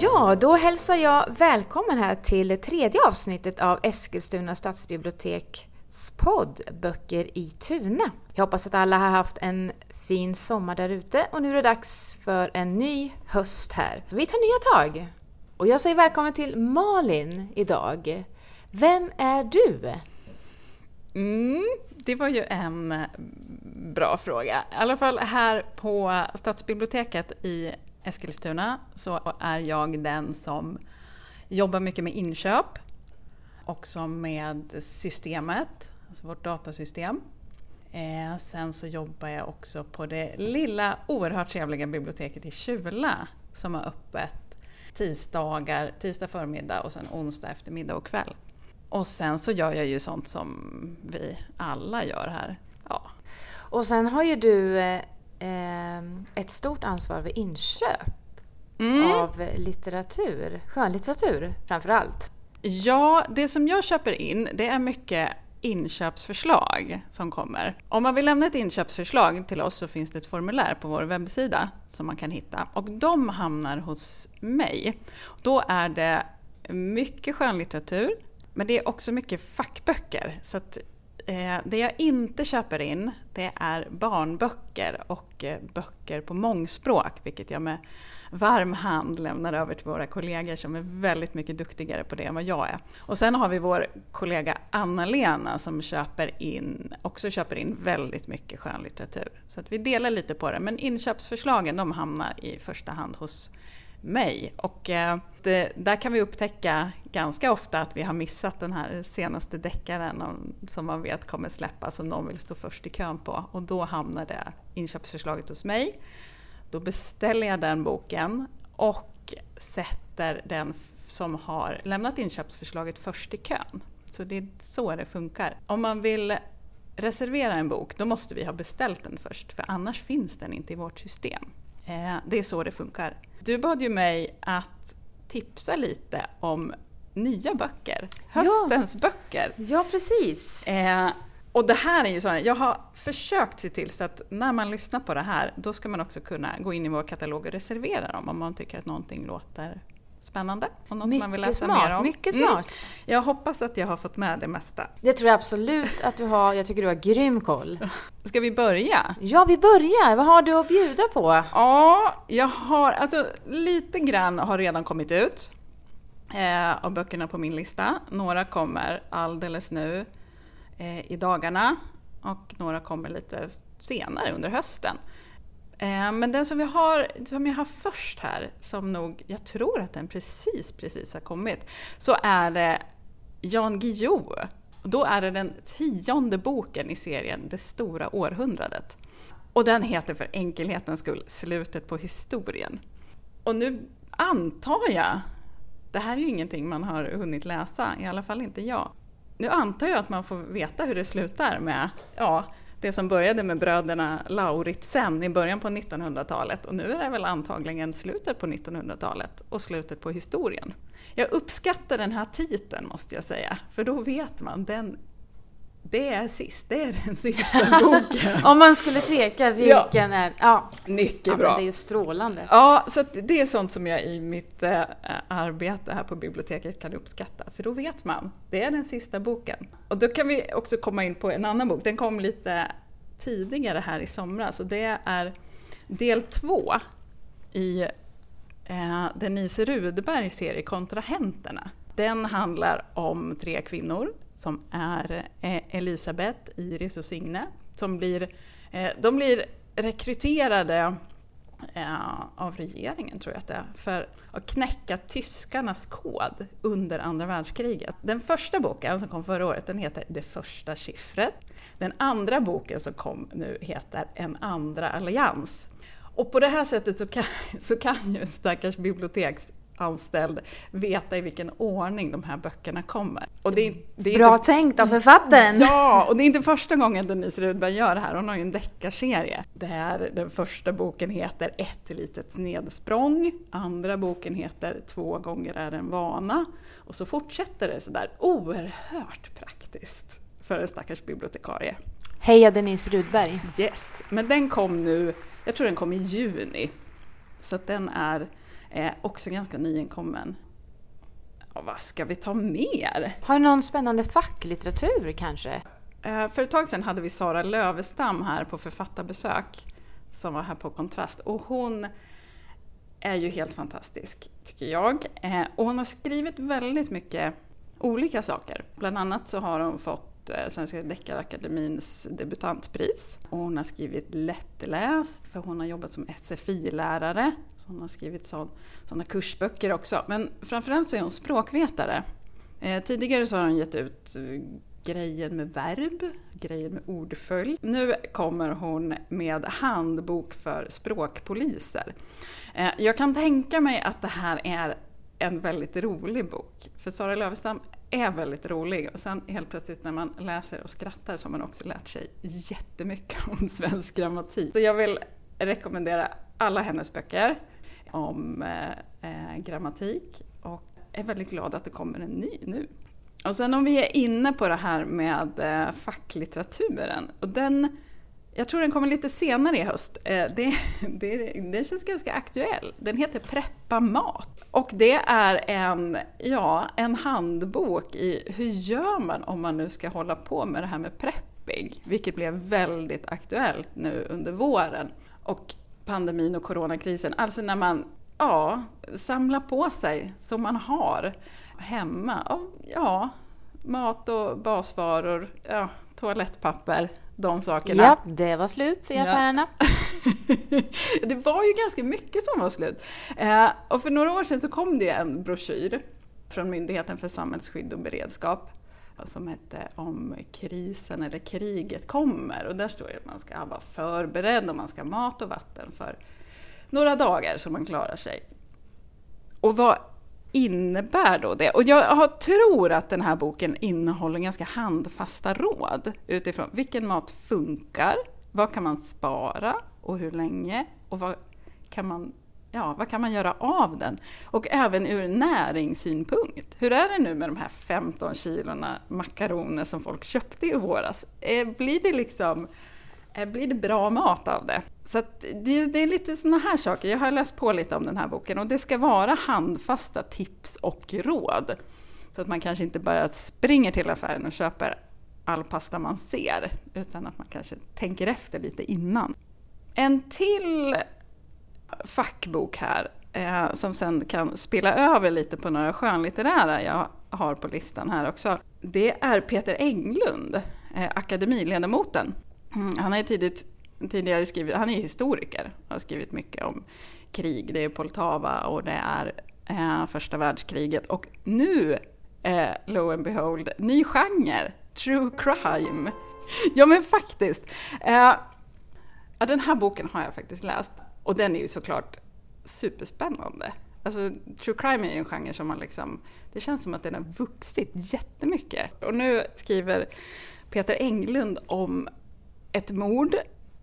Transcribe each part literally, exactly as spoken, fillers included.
Ja, då hälsar jag välkommen här till tredje avsnittet av Eskilstuna stadsbiblioteks podd Böcker i Tuna. Jag hoppas att alla har haft en fin sommar där ute och nu är det dags för en ny höst här. Vi tar nya tag och jag säger välkommen till Malin idag. Vem är du? Mm, det var ju en bra fråga. I alla fall här på stadsbiblioteket i Eskilstuna så är jag den som jobbar mycket med inköp, också med systemet, alltså vårt datasystem. Eh, sen så jobbar jag också på det lilla oerhört trevliga biblioteket i Kjula som har öppet tisdagar, tisdag förmiddag och sen onsdag eftermiddag och kväll. Och sen så gör jag ju sånt som vi alla gör här. Ja. Och sen har ju du eh, ett stort ansvar vid inköp mm. av litteratur, skönlitteratur framför allt. Ja, det som jag köper in det är mycket inköpsförslag som kommer. Om man vill lämna ett inköpsförslag till oss så finns det ett formulär på vår webbsida som man kan hitta. Och de hamnar hos mig. Då är det mycket skönlitteratur. Men det är också mycket fackböcker. Så att, eh, det jag inte köper in det är barnböcker och eh, böcker på mångspråk. Vilket jag med varm hand lämnar över till våra kollegor som är väldigt mycket duktigare på det än vad jag är. Och sen har vi vår kollega Anna-Lena som köper in, också köper in väldigt mycket skönlitteratur. Så att vi delar lite på det. Men inköpsförslagen de hamnar i första hand hos mig. Och eh, det, där kan vi upptäcka ganska ofta att vi har missat den här senaste deckaren om, som man vet kommer släppas som någon vill stå först i kön på. Och då hamnar det inköpsförslaget hos mig. Då beställer jag den boken och sätter den som har lämnat inköpsförslaget först i kön. Så det är så det funkar. Om man vill reservera en bok då måste vi ha beställt den först för annars finns den inte i vårt system. Eh, det är så det funkar. Du bad ju mig att tipsa lite om nya böcker. Höstens ja. böcker. Ja, precis. Eh, och det här är ju så här, jag har försökt se till så att när man lyssnar på det här då ska man också kunna gå in i vår katalog och reservera dem om man tycker att någonting låter spännande och något mycket man vill läsa smart, mer om. Mycket smart. Mm. Jag hoppas att jag har fått med det mesta. Det tror jag absolut att du har. Jag tycker du har grym koll. Ska vi börja? Ja, vi börjar. Vad har du att bjuda på? Ja, jag har alltså lite grann har redan kommit ut eh, av böckerna på min lista. Några kommer alldeles nu eh, i dagarna och några kommer lite senare under hösten. Men den som vi har, som jag har först här, som nog, jag tror att den precis, precis har kommit, så är det Jan Guillou. Då är det den tionde boken i serien Det stora århundradet. Och den heter för enkelhetens skull Slutet på historien. Och nu antar jag, det här är ju ingenting man har hunnit läsa, i alla fall inte jag. Nu antar jag att man får veta hur det slutar med, ja, det som började med bröderna Lauritsen i början på nittonhundratalet. Och nu är det väl antagligen slutet på nittonhundratalet och slutet på historien. Jag uppskattar den här titeln måste jag säga. För då vet man, den, det är sist, det är den sista boken. Om man skulle tveka vilken ja. är... Ja, mycket ja, bra. Men det är ju strålande. Ja, så att det är sånt som jag i mitt äh, arbete här på biblioteket kan uppskatta. För då vet man, det är den sista boken. Och då kan vi också komma in på en annan bok. Den kom lite tidigare här i somras. Och det är del två i äh, Denise Rudbergs serie Kontrahenterna. Den handlar om tre kvinnor som är eh, Elisabeth, Iris och Signe. Som blir, eh, de blir rekryterade eh, av regeringen tror jag att det är, för att knäcka tyskarnas kod under andra världskriget. Den första boken som kom förra året den heter Det första chiffret. Den andra boken som kom nu heter En andra allians. Och på det här sättet så kan, så kan ju stackars biblioteksanställd veta i vilken ordning de här böckerna kommer. Och det är, det är Bra inte, tänkt av författaren! Ja, och det är inte första gången Denise Rudberg gör det här. Hon har ju en deckarserie. Det här, den första boken heter Ett litet nedsprång. Andra boken heter Två gånger är en vana. Och så fortsätter det sådär oerhört praktiskt för en stackars bibliotekarie. Heja Denise Rudberg! Yes, men den kom nu, jag tror den kom i juni. Så att den är Eh, också ganska nyinkommen. Och vad ska vi ta mer? Har du någon spännande facklitteratur kanske? Eh, för ett tag sedan hade vi Sara Lövestam här på författarbesök som var här på Kontrast. Och hon är ju helt fantastisk, tycker jag. Eh, och hon har skrivit väldigt mycket olika saker. Bland annat så har hon fått eh, Svenska Deckarakademins debutantpris. Och hon har skrivit lättläst, för hon har jobbat som S F I-lärare. Så hon har skrivit sådana kursböcker också. Men framförallt så är hon språkvetare. Eh, tidigare så har hon gett ut grejen med verb, grejen med ordföljd. Nu kommer hon med handbok för språkpoliser. Eh, jag kan tänka mig att det här är en väldigt rolig bok. För Sara Lövestam är väldigt rolig. Och sen helt plötsligt när man läser och skrattar så har man också lärt sig jättemycket om svensk grammatik. Så jag vill rekommendera alla hennes böcker om eh, grammatik. Och är väldigt glad att det kommer en ny nu. Och sen om vi är inne på det här med eh, facklitteraturen. Och den, jag tror den kommer lite senare i höst. Eh, det, det, det känns ganska aktuell. Den heter Preppa mat. Och det är en, ja, en handbok i hur gör man om man nu ska hålla på med det här med prepping. Vilket blev väldigt aktuellt nu under våren. Och pandemin och coronakrisen. Alltså när man ja, samlar på sig som man har hemma. Och, ja, mat och basvaror, ja, toalettpapper, de sakerna. Ja, det var slut i affärerna. Ja. Det var ju ganska mycket som var slut. Eh, och för några år sedan så kom det en broschyr från Myndigheten för samhällsskydd och beredskap som hette Om krisen eller kriget kommer. Och där står det att man ska vara förberedd och man ska ha mat och vatten för några dagar så man klarar sig. Och vad innebär då det? Och jag tror att den här boken innehåller ganska handfasta råd utifrån vilken mat funkar, vad kan man spara och hur länge och vad kan man, ja, vad kan man göra av den? Och även ur näringssynpunkt. Hur är det nu med de här femton kilorna makaroner som folk köpte i våras? Blir det liksom blir det bra mat av det? Så att det, det är lite såna här saker. Jag har läst på lite om den här boken och det ska vara handfasta tips och råd. Så att man kanske inte bara springer till affären och köper all pasta man ser, utan att man kanske tänker efter lite innan. En till fackbok här eh, som sen kan spela över lite på några skönlitterära jag har på listan här också. Det är Peter Englund, eh, akademiledamoten. Mm, han har tidigt, tidigare skrivit, han är historiker och har skrivit mycket om krig. Det är Poltava och det är eh, första världskriget. Och nu, eh, lo and behold, ny genre, true crime. Ja men faktiskt. Eh, ja, den här boken har jag faktiskt läst och den är ju såklart superspännande. Alltså true crime är ju en genre som man liksom, det känns som att den har vuxit jättemycket. Och nu skriver Peter Englund om ett mord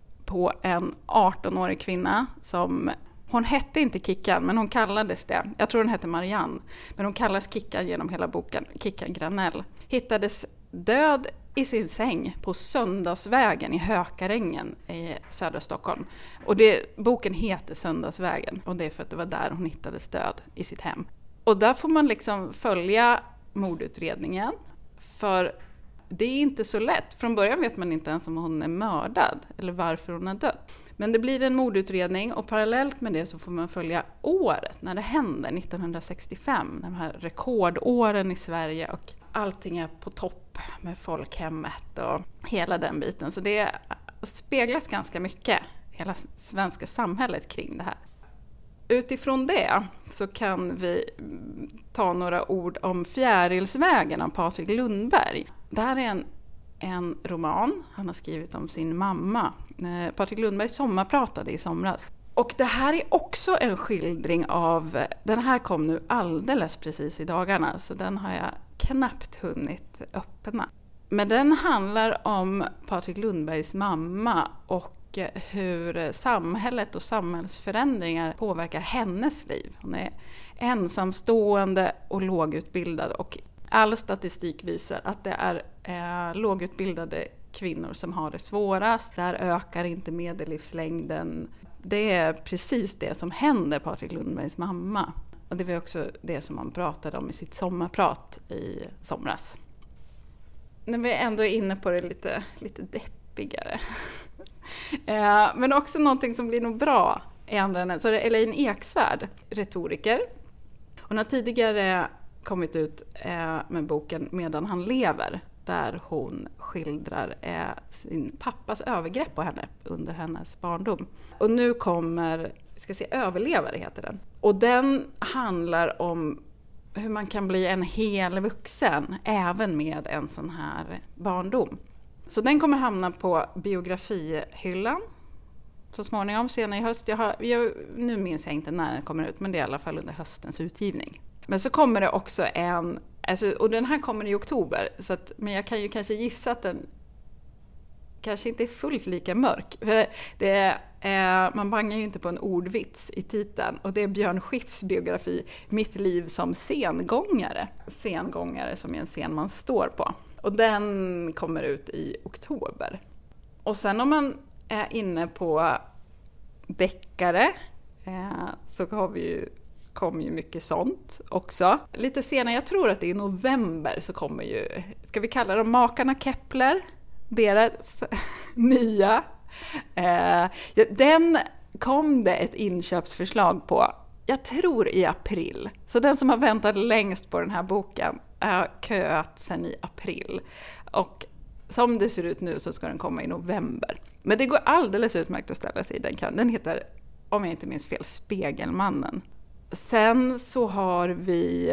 på en arton-årig kvinna som, hon hette inte Kickan men hon kallades det. Jag tror hon hette Marianne, men hon kallas Kickan genom hela boken. Kickan Granell hittades död i sin säng på Söndagsvägen i Hökarängen i södra Stockholm. Och det, boken heter Söndagsvägen och det är för att det var där hon hittades död i sitt hem. Och där får man liksom följa mordutredningen, för det är inte så lätt. Från början vet man inte ens om hon är mördad eller varför hon är död. Men det blir en mordutredning och parallellt med det så får man följa året när det händer, nittonhundrasextiofem. De här rekordåren i Sverige och allting är på topp med folkhemmet och hela den biten. Så det speglas ganska mycket, hela svenska samhället kring det här. Utifrån det så kan vi ta några ord om Fjärilsvägen av Patrik Lundberg. Det här är en, en roman han har skrivit om sin mamma. Eh, Patrik Lundberg sommarpratade i somras. Och det här är också en skildring av, den här kom nu alldeles precis i dagarna så den har jag knappt hunnit öppna. Men den handlar om Patrik Lundbergs mamma och hur samhället och samhällsförändringar påverkar hennes liv. Hon är ensamstående och lågutbildad och all statistik visar att det är eh, lågutbildade kvinnor som har det svårast. Där ökar inte medellivslängden. Det är precis det som händer Patrik Lundbergs mamma. Och det var också det som han pratade om i sitt sommarprat i somras. När vi ändå är inne på det lite, lite deppigare. Men också någonting som blir nog bra i andra änden. Så är det Elaine Eksvärd, retoriker. Hon har tidigare kommit ut med boken Medan han lever. Där hon skildrar sin pappas övergrepp på henne under hennes barndom. Och nu kommer, ska se, Överlevare heter den. Och den handlar om hur man kan bli en hel vuxen även med en sån här barndom. Så den kommer hamna på biografihyllan så småningom, senare i höst. Jag har, jag, nu minns jag inte när den kommer ut, men det är i alla fall under höstens utgivning. Men så kommer det också en, alltså, och den här kommer i oktober, så att, men jag kan ju kanske gissa att den kanske inte är fullt lika mörk. För det är, eh, man bangar ju inte på en ordvits i titeln, och det är Björn Skifs biografi Mitt liv som sengångare. Sengångare som är en scen man står på. Och den kommer ut i oktober. Och sen om man är inne på deckare eh, så har vi ju, kommer ju mycket sånt också. Lite senare, jag tror att det är i november, så kommer ju, ska vi kalla dem Makarna Kepler, deras nya. Eh, den kom det ett inköpsförslag på, jag tror i april. Så den som har väntat längst på den här boken är köat sedan i april. Och som det ser ut nu så ska den komma i november. Men det går alldeles utmärkt att ställa sig i den kan. Den heter, om jag inte minns fel, Spegelmannen. Sen så har vi,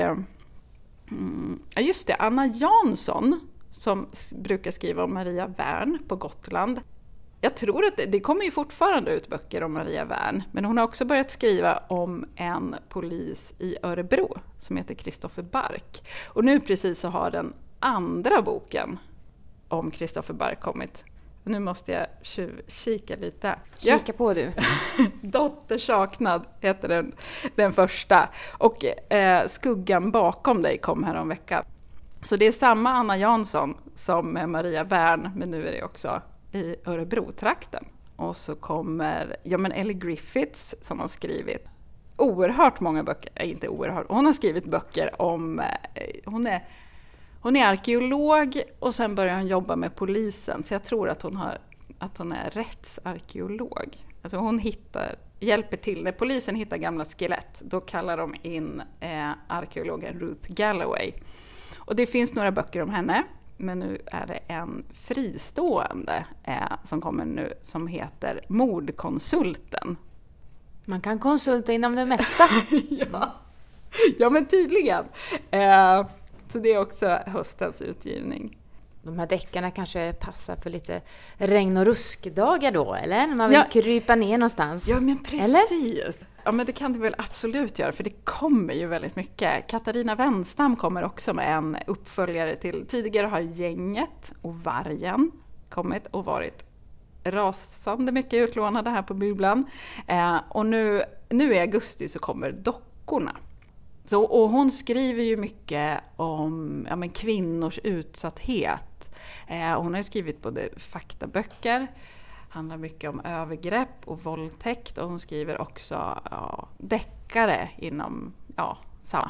mm, just det, Anna Jansson som brukar skriva om Maria Wern på Gotland. Jag tror att det, det kommer ju fortfarande ut böcker om Maria Wern, men hon har också börjat skriva om en polis i Örebro som heter Kristoffer Bark. Och nu precis så har den andra boken om Kristoffer Bark kommit. Nu måste jag kika lite. Kika ja. på du. Dotter saknad heter den, den första. Och eh, Skuggan bakom dig kom här om veckan. Så det är samma Anna Jansson som Maria Wern, men nu är det också i Örebro-trakten. Och så kommer ja, men Ellie Griffiths som har skrivit oerhört många böcker. Nej, inte oerhört. Hon har skrivit böcker om... Eh, hon är... Hon är arkeolog och sen börjar hon jobba med polisen. Så jag tror att hon, har, att hon är rättsarkeolog. Alltså hon hittar, hjälper till. När polisen hittar gamla skelett, då kallar de in eh, arkeologen Ruth Galloway. Och det finns några böcker om henne. Men nu är det en fristående eh, som kommer nu som heter Mordkonsulten. Man kan konsulta inom det mesta. ja. ja, men tydligen. Eh, Så det är också höstens utgivning. De här deckarna kanske passar för lite regn- och ruskdagar då, eller? När man vill ja. krypa ner någonstans. Ja, men precis. Eller? Ja, men det kan det väl absolut göra, för det kommer ju väldigt mycket. Katarina Wenstam kommer också med en uppföljare till. Tidigare har Gänget och Vargen kommit och varit rasande mycket utlånade här på bubblan. Eh, och nu, nu i augusti så kommer Dockorna. Så, och hon skriver ju mycket om ja, men kvinnors utsatthet. Eh, hon har ju skrivit både faktaböcker, handlar mycket om övergrepp och våldtäkt. Och hon skriver också ja, deckare inom, ja, samma,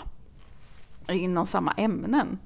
inom samma ämnen.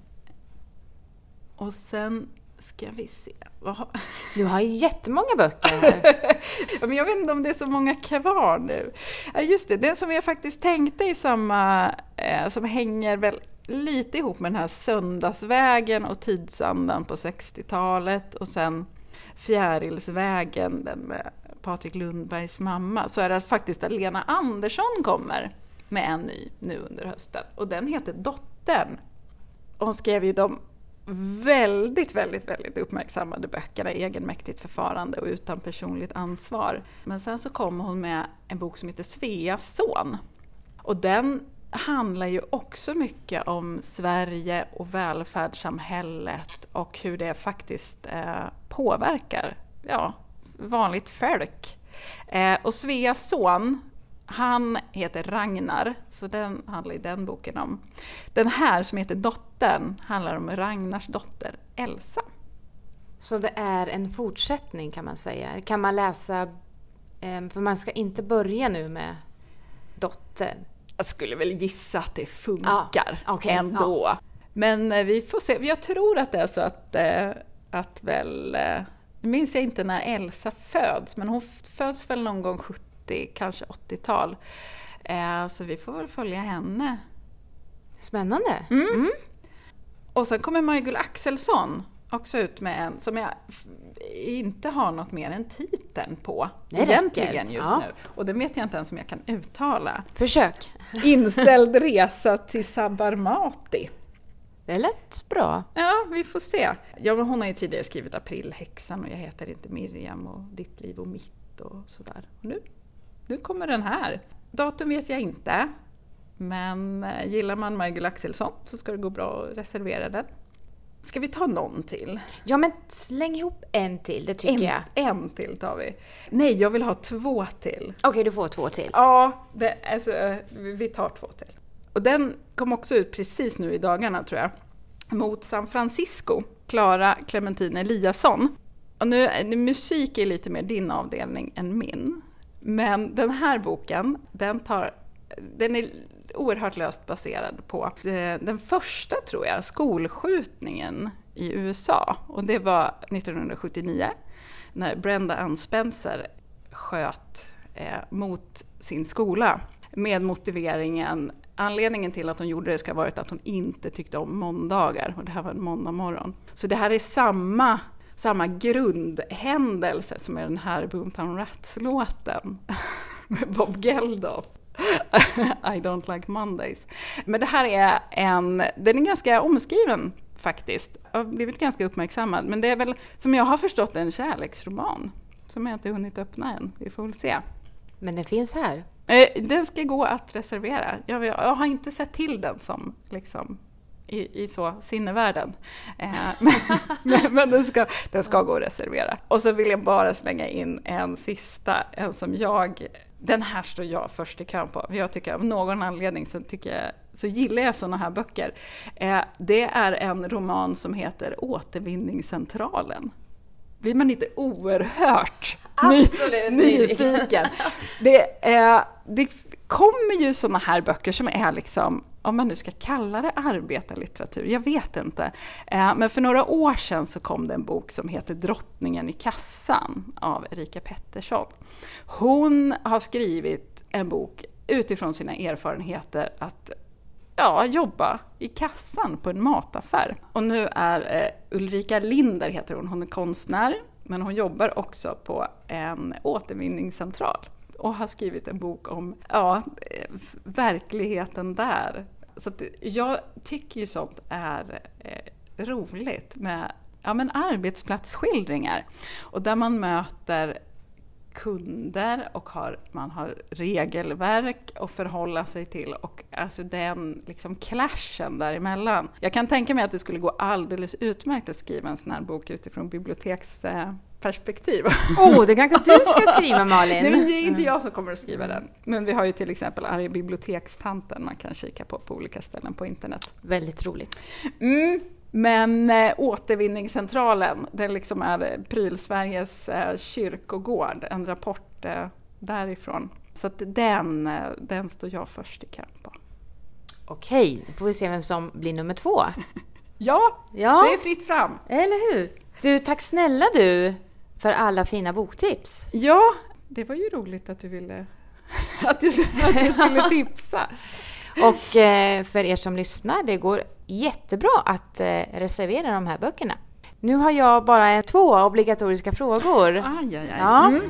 Och sen ska vi se. Du har ju jättemånga böcker här. ja, men jag vet inte om det är så många kvar nu. Ja, just det, det som jag faktiskt tänkte i samma, eh, som hänger väl lite ihop med den här Söndagsvägen och Tidsandan på sextiotalet och sen Fjärilsvägen, den med Patrik Lundbergs mamma, så är det faktiskt att Lena Andersson kommer med en ny nu under hösten. Och den heter Dottern. Och hon skrev ju de väldigt, väldigt, väldigt uppmärksammade böckerna Egenmäktigt förfarande och Utan personligt ansvar. Men sen så kommer hon med en bok som heter Sveas son. Och den handlar ju också mycket om Sverige och välfärdssamhället och hur det faktiskt eh, påverkar ja, vanligt folk. Eh, och Sveas son, han heter Ragnar, så den handlar i den boken om. Den här som heter Dottern handlar om Ragnars dotter Elsa. Så det är en fortsättning kan man säga. Kan man läsa Eh, för man ska inte börja nu med dottern. Jag skulle väl gissa att det funkar ja, okay, ändå. Ja. Men eh, vi får se. Jag tror att det är så att, eh, att väl... Eh, nu minns jag inte när Elsa föds, men hon föds väl någon gång sjuttio, kanske åttiotal. Eh, så vi får väl följa henne. Spännande. Mm. Mm. Och sen kommer Maj-Gull Axelsson också ut med en som jag inte har något mer än titeln på. Det egentligen just ja. nu. Och det vet jag inte ens om jag kan uttala. Försök. Inställd resa till Sabarmati. Det lät bra. Ja, vi får se. Ja, men hon har ju tidigare skrivit Aprilhäxan och Jag heter inte Miriam och Ditt liv och mitt och sådär. Och nu, nu kommer den här. Datum vet jag inte. Men gillar man Maj-Gull Axelsson så ska det gå bra att reservera den. Ska vi ta någon till? Ja, men släng ihop en till, det tycker en, jag. En till tar vi. Nej, jag vill ha två till. Okej, okay, du får två till. Ja, det, alltså, vi tar två till. Och den kom också ut precis nu i dagarna, tror jag. Mot San Francisco. Clara Clementine Eliasson. Och nu, musik är lite mer din avdelning än min. Men den här boken, den tar... Den är oerhört löst baserad på den första, tror jag, skolskjutningen i U S A. Och det var nittonhundrasjuttionio när Brenda Ann Spencer sköt eh, mot sin skola med motiveringen, anledningen till att hon gjorde det ska ha varit att hon inte tyckte om måndagar. Och det här var en måndag morgon. Så det här är samma, samma grundhändelse som är den här Boomtown Rats-låten med Bob Geldof. I don't like Mondays. Men det här är en, den är ganska omskriven faktiskt. Jag har blivit ganska uppmärksammad. Men det är väl, som jag har förstått, en kärleksroman. Som jag inte hunnit öppna än. Vi får väl se. Men den finns här? Den ska gå att reservera. Jag, jag har inte sett till den som liksom i, i så sinnevärlden. Eh, men men den, ska, den ska gå att reservera. Och så vill jag bara slänga in en sista, en som jag... Den här står jag först i kön på. Jag tycker av någon anledning så, tycker jag, så gillar jag såna här böcker. Eh, det är en roman som heter Återvinningscentralen. Blir man inte oerhört Absolut, ny, nyfiken? Det, eh, det kommer ju såna här böcker som är liksom, om man nu ska kalla det arbetarlitteratur, jag vet inte. Eh, men för några år sedan så kom det en bok som heter Drottningen i kassan av Erika Pettersson. Hon har skrivit en bok utifrån sina erfarenheter att ja, jobba i kassan på en mataffär. Och nu är eh, Ulrika Linder heter hon, hon är konstnär, men hon jobbar också på en återvinningscentral. Och har skrivit en bok om ja, verkligheten där. Så att jag tycker ju sånt är eh, roligt med ja, men arbetsplatsskildringar. Och där man möter kunder och har, man har regelverk att förhålla sig till. Och alltså den liksom clashen däremellan. Jag kan tänka mig att det skulle gå alldeles utmärkt att skriva en sån här bok utifrån biblioteks... Eh, perspektiv. Åh, oh, det kanske du ska skriva, Malin. Nej, men det är inte jag som kommer att skriva den. Men vi har ju till exempel Arg bibliotekstanten man kan kika på på olika ställen på internet. Väldigt roligt. Mm, men äh, återvinningscentralen, det liksom är Prylsveriges äh, kyrkogård, en rapport äh, därifrån. Så att den, äh, den står jag först i kön på. Okej, då får vi se vem som blir nummer två. ja, ja, det är fritt fram. Eller hur? Du, tack snälla du för alla fina boktips. Ja, det var ju roligt att du ville att jag, att jag skulle tipsa. Och eh, för er som lyssnar, det går jättebra att eh, reservera de här böckerna. Nu har jag bara två obligatoriska frågor. Aj, aj, aj. Ja. Mm.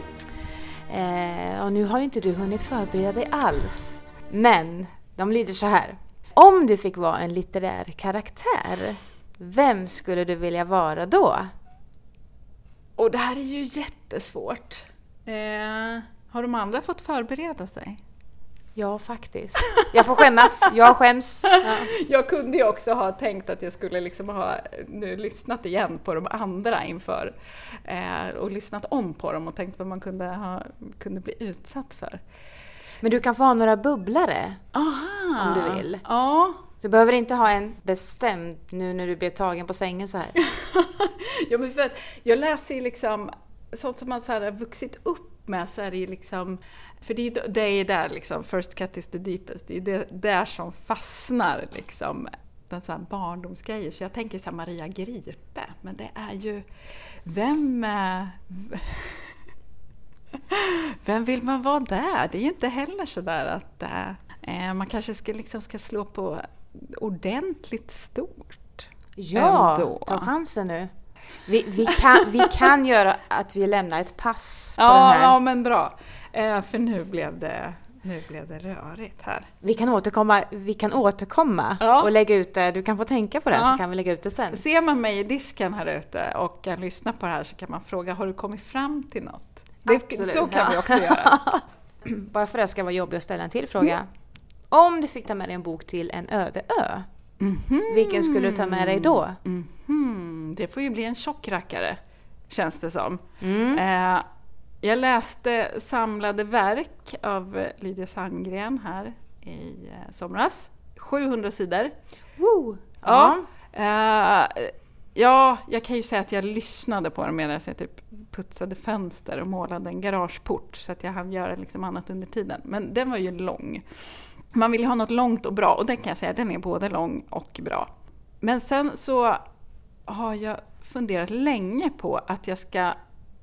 Eh, och nu har ju inte du hunnit förbereda dig alls. Men de lyder så här. Om du fick vara en litterär karaktär, vem skulle du vilja vara då? Och det här är ju jättesvårt. Eh, har de andra fått förbereda sig? Ja, faktiskt. Jag får skämmas. Jag skäms. Ja. Jag kunde ju också ha tänkt att jag skulle liksom ha nu lyssnat igen på de andra inför. Eh, och lyssnat om på dem och tänkt vad man kunde, ha, kunde bli utsatt för. Men du kan få ha några bubblare. Aha. Om du vill. Ja. Du behöver inte ha en bestämd nu när du blir tagen på sängen så här. Ja, men för att jag läser ju liksom sånt som man så här har vuxit upp med så är det ju liksom, för det är, det är där liksom, first cut is the deepest, det är det där som fastnar liksom, den så här barndomsgrejer. Så jag tänker så här Maria Gripe, men det är ju, vem vem vill man vara där? Det är ju inte heller så där att eh, man kanske ska, liksom ska slå på ordentligt stort. Ja, ändå. Ta chansen nu. Vi, vi, kan, vi kan göra att vi lämnar ett pass på ja, den här. Ja, men bra. Eh, för nu blev det, nu blev det rörigt här. Vi kan återkomma, vi kan återkomma ja. och lägga ut det. Du kan få tänka på det, ja. så kan vi lägga ut det sen. Ser man mig i disken här ute och kan lyssna på det här så kan man fråga, har du kommit fram till något? Det, så kan ja. vi också göra. Bara för att det ska vara jobbigt att ställa en till fråga. Mm. Om du fick ta med dig en bok till en öde ö, mm-hmm. vilken skulle du ta med dig då? Mm-hmm. Det får ju bli en tjockrackare, känns det som. Mm. Eh, jag läste samlade verk av Lydia Sandgren här i eh, somras. sjuhundra sidor. Woo. Ja. Ja. Eh, ja, jag kan ju säga att jag lyssnade på den medan jag typ putsade fönster och målade en garageport, så att jag hann göra liksom annat under tiden. Men den var ju lång. Man vill ju ha något långt och bra, och den kan jag säga, den är både lång och bra. Men sen så har jag funderat länge på att jag ska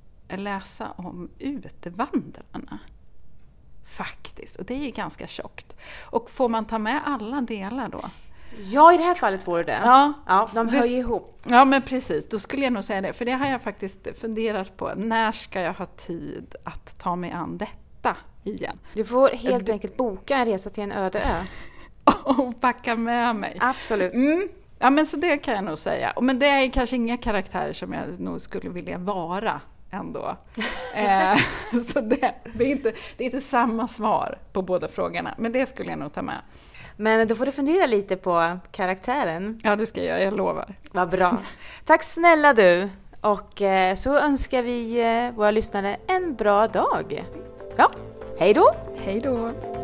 läsa om Utvandrarna. Faktiskt, och det är ju ganska tjockt. Och får man ta med alla delar då? Ja, i det här fallet får du det. Ja, ja de hör det, ju ihop. Ja, men precis. Då skulle jag nog säga det. För det har jag faktiskt funderat på. När ska jag ha tid att ta mig an detta igen? Du får helt du... enkelt boka en resa till en öde ö. Och packa med mig. Absolut. Mm. Ja, men så det kan jag nog säga. Men det är kanske inga karaktärer som jag nog skulle vilja vara ändå. eh, så det, det, är inte, det är inte samma svar på båda frågorna. Men det skulle jag nog ta med. Men då får du fundera lite på karaktären. Ja, det ska jag, jag lovar. Vad bra. Tack snälla du. Och eh, så önskar vi eh, våra lyssnare en bra dag. Ja, hej då. Hej då.